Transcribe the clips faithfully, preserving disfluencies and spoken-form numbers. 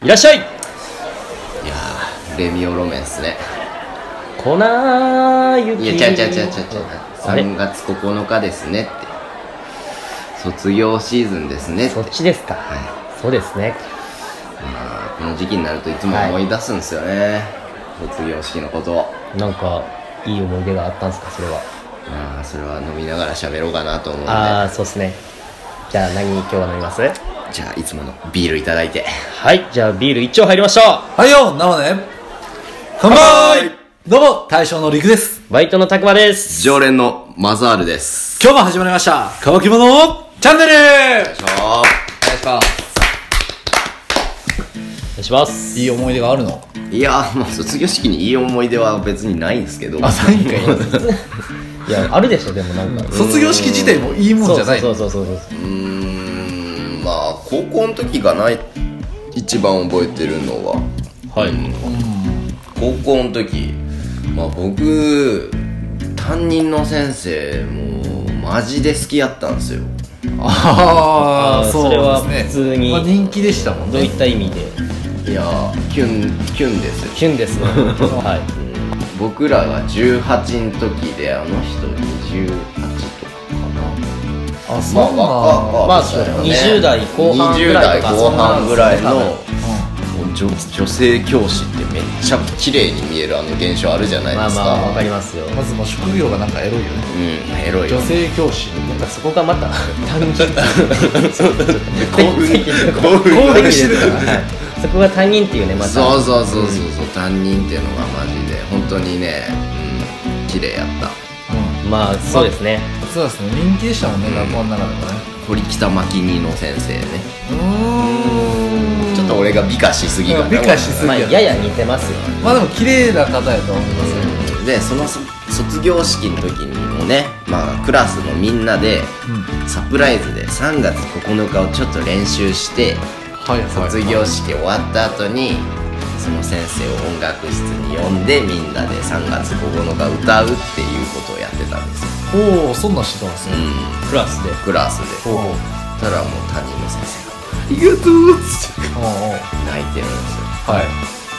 いらっしゃい。いやーレミオロメンっすね。 粉雪。 いやちゃうちゃうちゃうちゃうちゃうさんがつここのかですねって、卒業シーズンですねって。 そっちですか。 はい、 そうですね。 まあこの時期になるといつも思い出すんですよね、はい、卒業式のことを。 なんかいい思い出があったんですか、それは。 まあそれは飲みながら喋ろうかなと思うんで。 ああ、そうですね。じゃあ何今日は飲みます？ じゃあいつものビールいただいて。 はい、じゃあビール一丁入りました。 はいよ、生ね。乾杯。どうも、大将の陸です。 バイトのたくまです。 常連のマザールです。 今日も始まりました乾き物チャンネル。 よいしょー。 お願いします。 お願いします。 いい思い出があるの？ いやー、まあ卒業式にいい思い出は別にないんですけど。 あ、ないんかい。 いや、あるでしょ。でもなんか卒業式自体もいいもんじゃない。 そうそうそうそうそう。 うーん、まあ高校の時がない一番覚えてるのは、 はい、 うん、高校の時、まあ僕担任の先生もマジで好きやったんですよ。 ああ、そうですね。 それは普通に、 まあ、人気でしたもんね。 どういった意味で？ いやキュンキュンですよ。 キュンですね。はい、 うん、僕らがじゅうはちの時であの人にじゅうはちとかかな。 あ、そうなあ、 まあにじゅう代後半ぐらいとか、 にじゅう代後半ぐらいの女, 女性教師ってめっちゃ綺麗に見えるあの現象あるじゃないですか。 まあまあわかりますよ。 まずもう職業がなんかエロいよね。 うん、エロい。 女性教師。 なんかそこがまた単純興奮興奮してるから、 はい、そこが担任っていうね、また。 そうそうそうそうそう、担任っていうのがマジで本当にね、うん、綺麗やった。 うん、 まあそうですね。 そうですね、人気でしたもんね、うん、学校の中でもね。 堀北真希の先生ね。 うーん、 ちょっと俺が美化しすぎがね。 美化しすぎ、 まあ、やや似てますよ。 まあでも綺麗な方やと思いますよ、 うん、でその卒業式の時にもね、まあクラスのみんなで、うん、サプライズでさんがつここのかをちょっと練習して、はいはいはい、卒業式終わった後にその先生を音楽室に呼んでみんなでさんがつここのか歌うっていうことをやってたんですよ。 おお、そんなんしてたんですよ、 うん、クラスでクラスで。おお、たらもう担任の先生がありがとうっつって泣いてるんですよ。 はい。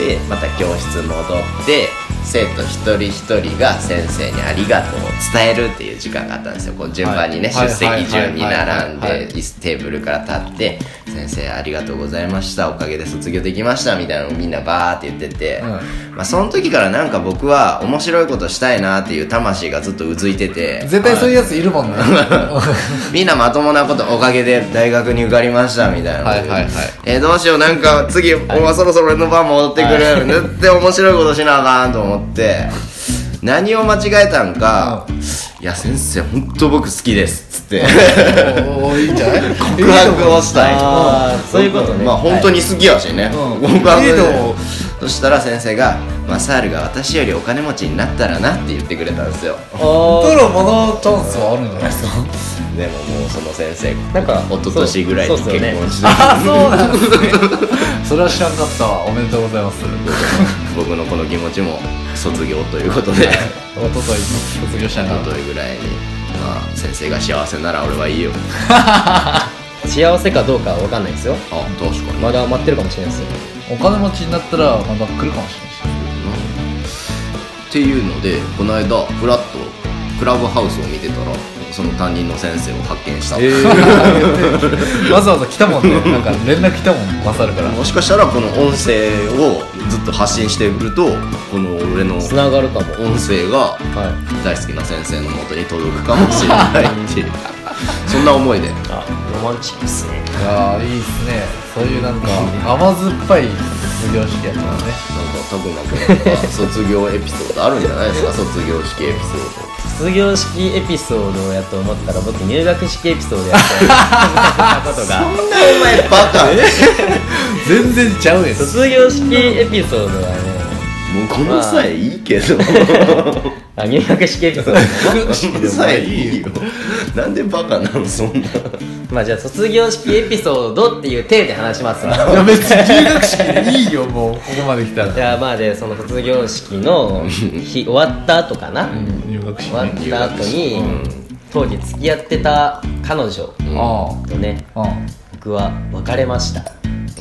でまた教室戻って生徒一人一人が先生にありがとうを伝えるっていう時間があったんですよ。こう順番にね、はい、出席順に並んで椅子テーブルから立って先生ありがとうございました、おかげで卒業できましたみたいなのをみんなバーって言ってて、うん、まあその時からなんか僕は面白いことしたいなっていう魂がずっとうずいてて、 絶対そういうやついるもんね。 みんなまともなことおかげで大学に受かりましたみたいな、はいはいはい、えー、どうしよう、なんか次、はい、お前そろそろ俺の番戻ってくる、はい、絶対面白いことしなあかんと思って何を間違えたんか、うん、いや先生本当僕好きですっつっておー、いいんじゃない告白をしたい。 ああ、そういうことね。 まあ本当に好きやしね、はい、告白で、 そしたら先生がマサールが私よりお金持ちになったらなって言ってくれたんですよ。 トロモのチャンスはあるんじゃないですか。 でももうその先生なんか一昨年ぐらいに結婚して、 ね、ああそうなんですね。それは知らんかったわ。おめでとうございます。 僕のこの気持ちも卒業ということで、はい、 一昨日卒業したんだ。 一昨日ぐらいに、まあ、先生が幸せなら俺はいいよ。 幸せかどうかは分かんないですよ。 あ、確かにまだ待ってるかもしれないですよ。 お金持ちになったらまだ来るかもしれないし、 うん、っていうのでこの間フラッとクラブハウスを見てたらその担任の先生を発見した、えー、わざわざ来たもんね。なんか連絡来たもん、マサルから。 もしかしたらこの音声をずっと発信してくるとこの俺のつながるかも音声が大好きな先生の元に届くかもしれないっていうそんな思いで。 あ、ロマンチックっすね。 いやー、いいっすね。そういうなんか甘酸っぱい卒業式やったらね。 なんかたくまくんとか卒業エピソードあるんじゃないですか。卒業式エピソード。 卒業式エピソードやと思ったら僕入学式エピソードやったことが。そんなお前バカ全然ちゃうやん。 卒業式エピソードはね、 もうこの際いいけど、まあ、入学式エピソードこの際いいよ。なんでバカなんそんな。 まあじゃあ卒業式エピソードっていう体で話しますわ。 いや別に入学式でいいよ、もうここまで来たら。 いやまあでその卒業式の日終わった後かな、うん、 入学式、 終わった後に、うん、当時付き合ってた彼女とね、うん、僕は別れました。 う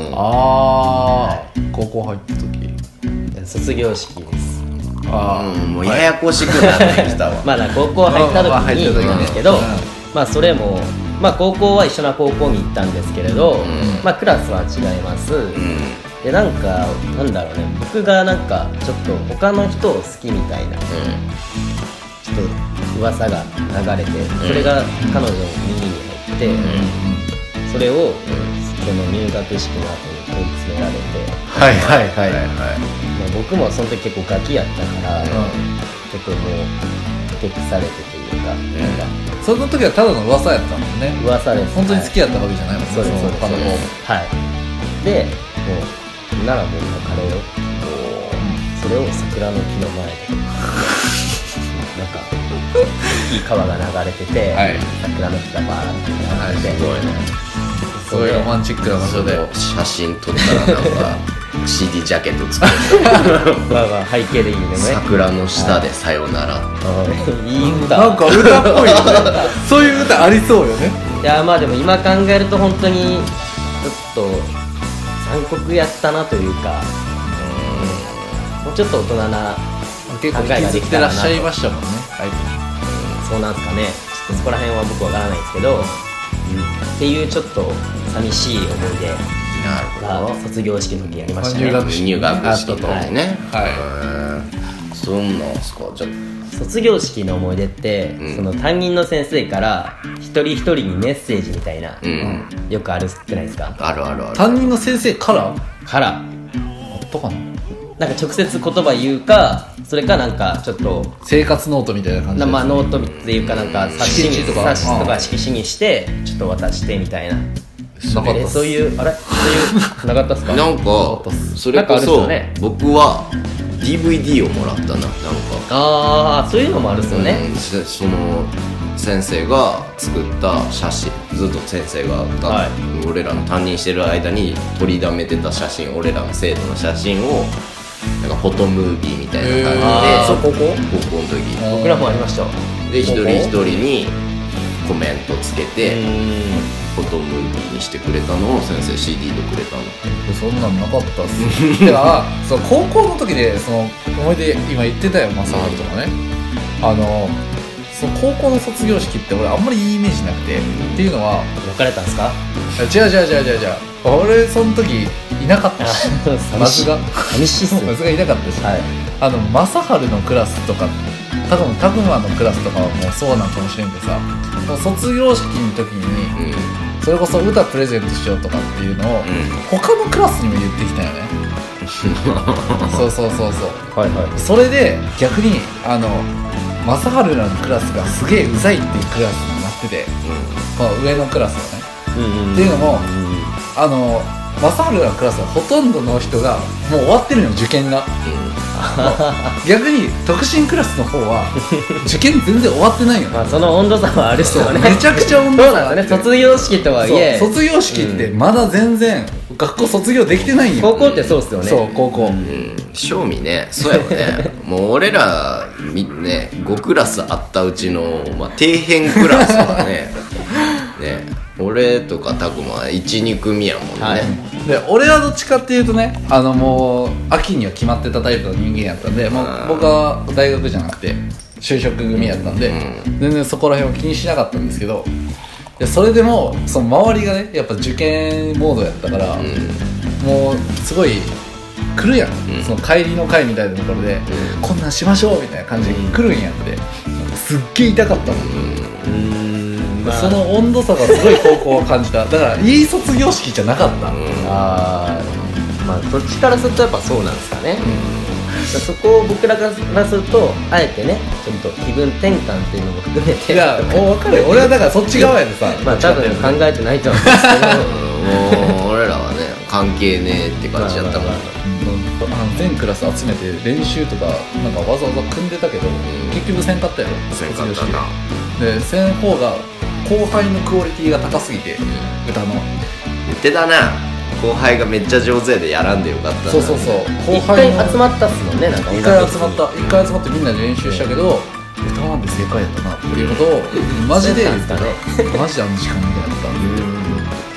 うんあー高校入った時卒業式ですあうん、もうややこしくなってきたわまだ高校入った時にまあまあ入った時ねなんですけど、 うんまあそれもまあ高校は一緒な高校に行ったんですけれど、 んまあクラスは違います、 うんでなんかなんだろうね僕がなんかちょっと他の人を好きみたいなちょっと噂が流れてそれが彼女の耳に入って、それをその入学式の後に問い詰められて、 はいはいはいはいまあ、僕もその時結構ガキやったから、結構もうふてくされてというか、 んなんかその時はただの噂やったもんね噂です。 本当に好きやったわけじゃないもんねそうですそうです他の子もはいでもうならもう別れよそれを桜の木の前でなんかいい川が流れてて、 はい桜の木がバーって流れてて、 すごいねすごいロマンチックな場所で写真撮ったらなんかシーディー ジャケット作るまあまあ背景でいいね桜の下でさよならいい歌なんか歌っぽいよねそういう歌ありそうよねいやまあでも今考えると本当にちょっと残酷やったなというか、うん、もうちょっと大人な結構引きずってらっしゃいましたもんね相手にそうなんですかねちょっとそこら辺は僕わからないですけど、うん、っていうちょっと寂しい思い出なるほどが卒業式の時やりましたね入学式入学式の時ねはうんそんなんすかじゃ卒業式の思い出って、 うんその担任の先生から一人一人にメッセージみたいな、 うんよくあるじゃないですかあるあるある担任の先生からからあったかななんか直接言葉言うかそれかなんかちょっと生活ノートみたいな感じでなまあノートっていうかなんか冊子に色紙とか冊子とか色紙にしてちょっと渡してみたいななかったっすえそういうあれそういうなかったっすかなんかそれこなんかあるっすそよね僕は ディーブイディー をもらったななんかああそういうのもあるっすよね、 うんせその先生が作った写真ずっと先生が、 は俺らの担任してる間に取りだめてた写真俺らの生徒の写真をなんかフォトムービーみたいな感じで、 あーそう高校高校の時僕らもありましたで一人一人にコメントつけうてーんフォトムービーにしてくれたのを先生 シーディー でくれたのそんなんなかったっすではその高校の時でその思い出今言ってたよ正治とかねあのその高校の卒業式って俺あんまりいいイメージなくてっていうのは別れたんすか違う違う違う違う違う俺その時いなかったし寂しいが寂しいっす松がいなかったし、 はいあの正治のクラスとか多分拓磨のクラスとかはもうそうなんかもしれんけどさもう卒業式の時にうんそれこそ歌プレゼントしようとかっていうのをうん他のクラスにも言ってきたよねそうそうそうそうはいはいそれで逆にあの正治らのクラスがすげえうざいっていうクラスになっててこの上のクラスがねうんうんっていうのもんあの正治らのクラスはほとんどの人がもう終わってるの受験が逆に特進クラスの方は受験全然終わってないよねまあその温度差はあるっすよねめちゃくちゃ温度そう差があってなんですね卒業式とはいえそう卒業式ってまだ全然学校卒業できてないんよ高校ってそうっすよねそう高校、 うん正味ねそうやよねもう俺らみねごクラスあったうちの、まあ、底辺クラスはねね俺とか拓磨はいちに組やもんね、 はいで俺はどっちかっていうとねあのもう秋には決まってたタイプの人間やったんでもううん僕は大学じゃなくて就職組やったんで、 う全然そこら辺を気にしなかったんですけどでそれでもその周りがねやっぱ受験モードやったから、もうすごい来るやん、 うんその帰りの会みたいなところで、 うんこんなんしましょうみたいな感じで来るんやって、すっげえ痛かったもん、 うーんまあその温度差がすごい高校は感じただからいい卒業式じゃなかった、 あーまあどっちからするとやっぱそうなんですかね、そこを僕らからするとあえてねちょっと気分転換っていうのも含めていやもう分かるよ俺はだからそっち側やでさまあ多分考えてないと思うんですけどもう俺らはね関係ねえって感じやったもんまあまああの全クラス集めて練習とかなんかわざわざ組んでたけど、結局せんかったやろせんかった卒業な式でせん方が後輩のクオリティが高すぎて、歌の言ってたな後輩がめっちゃ上手やでやらんでよかったなそうそうそう後一輩の回集まったっすもんねなんか一音楽回集まった一回集まってみんなで練習したけど、歌わんで正解やったなっていうことをマジで言ってた、 そうなんすかマジであの時間みたいだった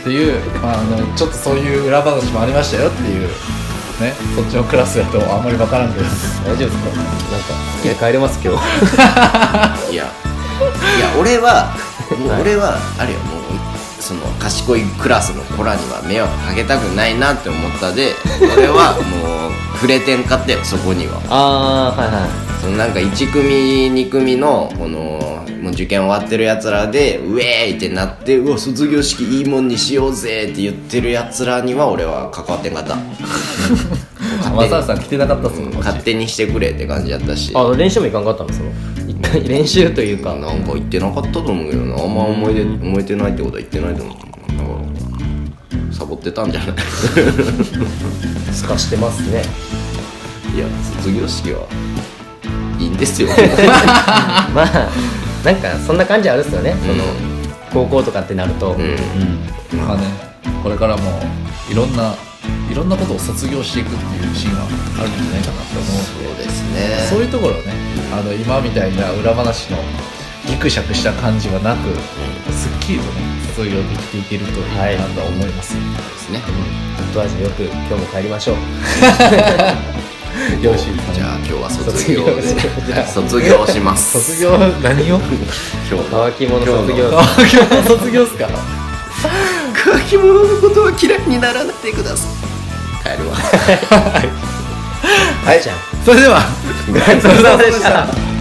っていう、まあ、あのちょっとそういう裏話もありましたよっていうね、そっちのクラスだとあんまり分からんけど大丈夫ですか？なんか家帰れます今日。 いやいや俺はもう俺はあれよ、もうその賢いクラスの子らには迷惑かけたくないなって思ったで俺はもう触れてんかったよそこには。 ああはいはい。 そのなんかいち組に組のこのもう受験終わってるやつらでウェーイってなって、うわ卒業式いいもんにしようぜって言ってるやつらには俺は関わってんかった。 マサーさん来てなかったっすもん、 うん勝手にしてくれって感じやったし、 あ練習も行かんかったの？その一回練習というかなんか言ってなかったと思うけどな、あんま思い出覚えてないってことは言ってないと思う。だからサボってたんじゃないすかしてますね。 いや卒業式はいいんですよまあなんかそんな感じあるっすよね、その高校とかってなると、 うん、うん、 まあね、これからもいろんないろんなことを卒業していくっていうシーンはあるんじゃないかなって思うので、 そうですね、 そういうところをね、あの今みたいな裏話のギクシャクした感じはなく、すっきりとね卒業できていけるといいなとは思います、 そうですね。 後味よく今日も帰りましょう。 よろしいじゃあ今日は卒業で卒業します卒業何を今日乾き物卒業乾き物卒業っすか？ 乾き物のことは嫌いにならないでください。帰るわはい、 じゃあそれではごちそうさまでした。